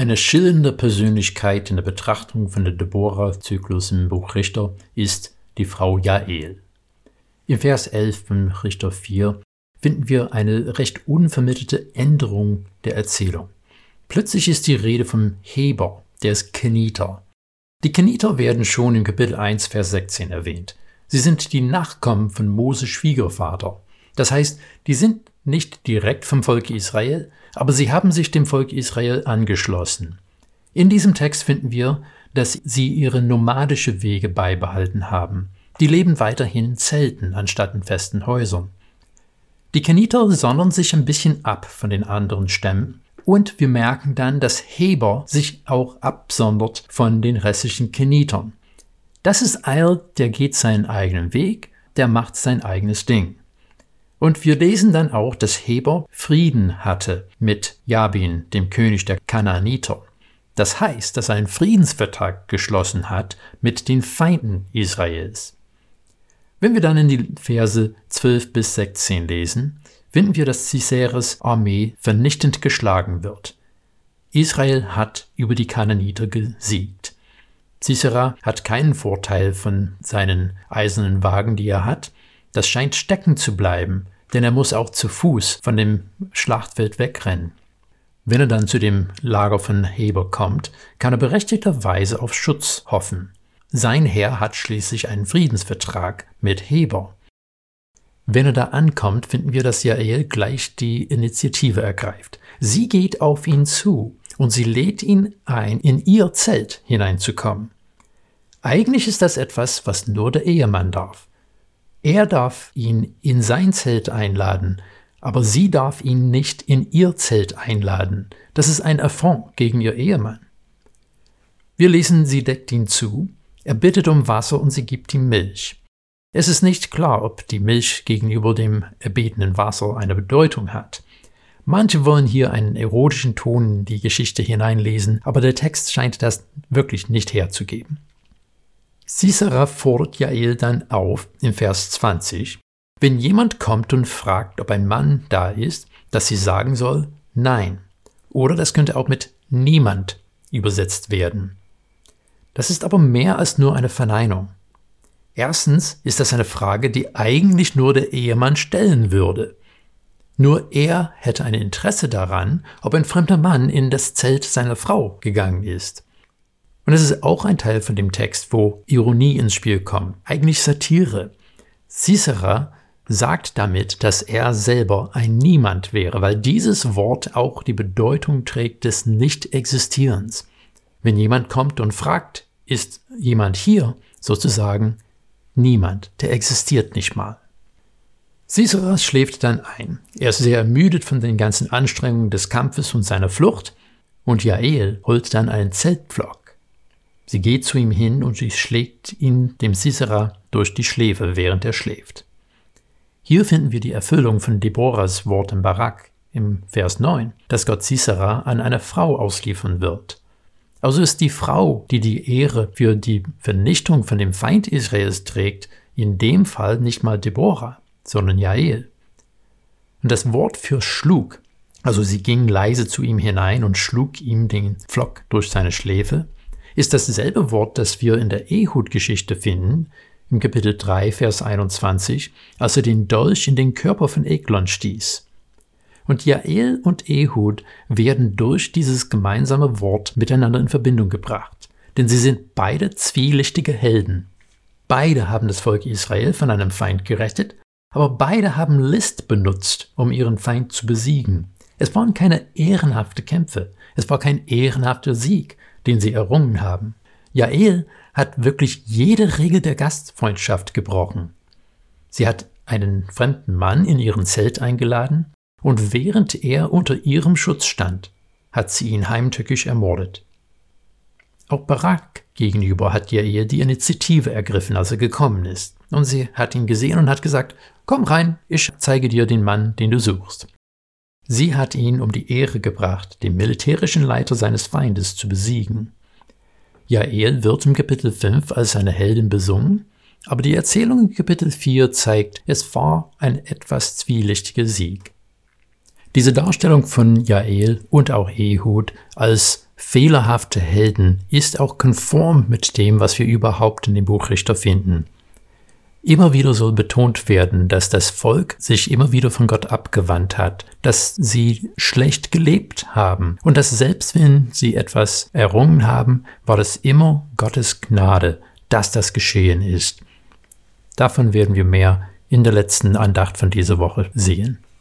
Eine schillernde Persönlichkeit in der Betrachtung von der Deborah-Zyklus im Buch Richter ist die Frau Jael. Im Vers 11 von Richter 4 finden wir eine recht unvermittelte Änderung der Erzählung. Plötzlich ist die Rede vom Heber, der ist Keniter. Die Keniter werden schon im Kapitel 1, Vers 16 erwähnt. Sie sind die Nachkommen von Moses Schwiegervater. Das heißt, die sind nicht direkt vom Volk Israel, aber sie haben sich dem Volk Israel angeschlossen. In diesem Text finden wir, dass sie ihre nomadische Wege beibehalten haben. Die leben weiterhin in Zelten anstatt in festen Häusern. Die Keniter sondern sich ein bisschen ab von den anderen Stämmen und wir merken dann, dass Heber sich auch absondert von den restlichen Kenitern. Das ist einer, der geht seinen eigenen Weg, der macht sein eigenes Ding. Und wir lesen dann auch, dass Heber Frieden hatte mit Jabin, dem König der Kanaaniter. Das heißt, dass er einen Friedensvertrag geschlossen hat mit den Feinden Israels. Wenn wir dann in die Verse 12 bis 16 lesen, finden wir, dass Siseras Armee vernichtend geschlagen wird. Israel hat über die Kanaaniter gesiegt. Sisera hat keinen Vorteil von seinen eisernen Wagen, die er hat. Das scheint stecken zu bleiben, denn er muss auch zu Fuß von dem Schlachtfeld wegrennen. Wenn er dann zu dem Lager von Heber kommt, kann er berechtigterweise auf Schutz hoffen. Sein Heer hat schließlich einen Friedensvertrag mit Heber. Wenn er da ankommt, finden wir, dass Jael gleich die Initiative ergreift. Sie geht auf ihn zu und sie lädt ihn ein, in ihr Zelt hineinzukommen. Eigentlich ist das etwas, was nur der Ehemann darf. Er darf ihn in sein Zelt einladen, aber sie darf ihn nicht in ihr Zelt einladen. Das ist ein Affront gegen ihr Ehemann. Wir lesen, sie deckt ihn zu, er bittet um Wasser und sie gibt ihm Milch. Es ist nicht klar, ob die Milch gegenüber dem erbetenen Wasser eine Bedeutung hat. Manche wollen hier einen erotischen Ton in die Geschichte hineinlesen, aber der Text scheint das wirklich nicht herzugeben. Sisera fordert Jael dann auf, im Vers 20, wenn jemand kommt und fragt, ob ein Mann da ist, dass sie sagen soll, nein. Oder das könnte auch mit niemand übersetzt werden. Das ist aber mehr als nur eine Verneinung. Erstens ist das eine Frage, die eigentlich nur der Ehemann stellen würde. Nur er hätte ein Interesse daran, ob ein fremder Mann in das Zelt seiner Frau gegangen ist. Und es ist auch ein Teil von dem Text, wo Ironie ins Spiel kommt, eigentlich Satire. Sisera sagt damit, dass er selber ein Niemand wäre, weil dieses Wort auch die Bedeutung trägt des Nicht-Existierens. Wenn jemand kommt und fragt, ist jemand hier, sozusagen niemand, der existiert nicht mal. Sisera schläft dann ein. Er ist sehr ermüdet von den ganzen Anstrengungen des Kampfes und seiner Flucht und Jael holt dann einen Zeltpflock. Sie geht zu ihm hin und sie schlägt ihn, dem Sisera, durch die Schläfe, während er schläft. Hier finden wir die Erfüllung von Deborahs Wort im Barak, im Vers 9, dass Gott Sisera an eine Frau ausliefern wird. Also ist die Frau, die die Ehre für die Vernichtung von dem Feind Israels trägt, in dem Fall nicht mal Deborah, sondern Jael. Und das Wort für schlug, also sie ging leise zu ihm hinein und schlug ihm den Pflock durch seine Schläfe, ist dasselbe Wort, das wir in der Ehud-Geschichte finden, im Kapitel 3, Vers 21, als er den Dolch in den Körper von Eglon stieß. Und Jael und Ehud werden durch dieses gemeinsame Wort miteinander in Verbindung gebracht, denn sie sind beide zwielichtige Helden. Beide haben das Volk Israel von einem Feind gerettet, aber beide haben List benutzt, um ihren Feind zu besiegen. Es waren keine ehrenhaften Kämpfe, es war kein ehrenhafter Sieg, den sie errungen haben. Jael hat wirklich jede Regel der Gastfreundschaft gebrochen. Sie hat einen fremden Mann in ihren Zelt eingeladen und während er unter ihrem Schutz stand, hat sie ihn heimtückisch ermordet. Auch Barak gegenüber hat Jael die Initiative ergriffen, als er gekommen ist. Und sie hat ihn gesehen und hat gesagt, komm rein, ich zeige dir den Mann, den du suchst. Sie hat ihn um die Ehre gebracht, den militärischen Leiter seines Feindes zu besiegen. Jael wird im Kapitel 5 als eine Heldin besungen, aber die Erzählung in Kapitel 4 zeigt, es war ein etwas zwielichtiger Sieg. Diese Darstellung von Jael und auch Ehud als fehlerhafte Helden ist auch konform mit dem, was wir überhaupt in dem Buch Richter finden. Immer wieder soll betont werden, dass das Volk sich immer wieder von Gott abgewandt hat, dass sie schlecht gelebt haben und dass selbst wenn sie etwas errungen haben, war das immer Gottes Gnade, dass das geschehen ist. Davon werden wir mehr in der letzten Andacht von dieser Woche sehen.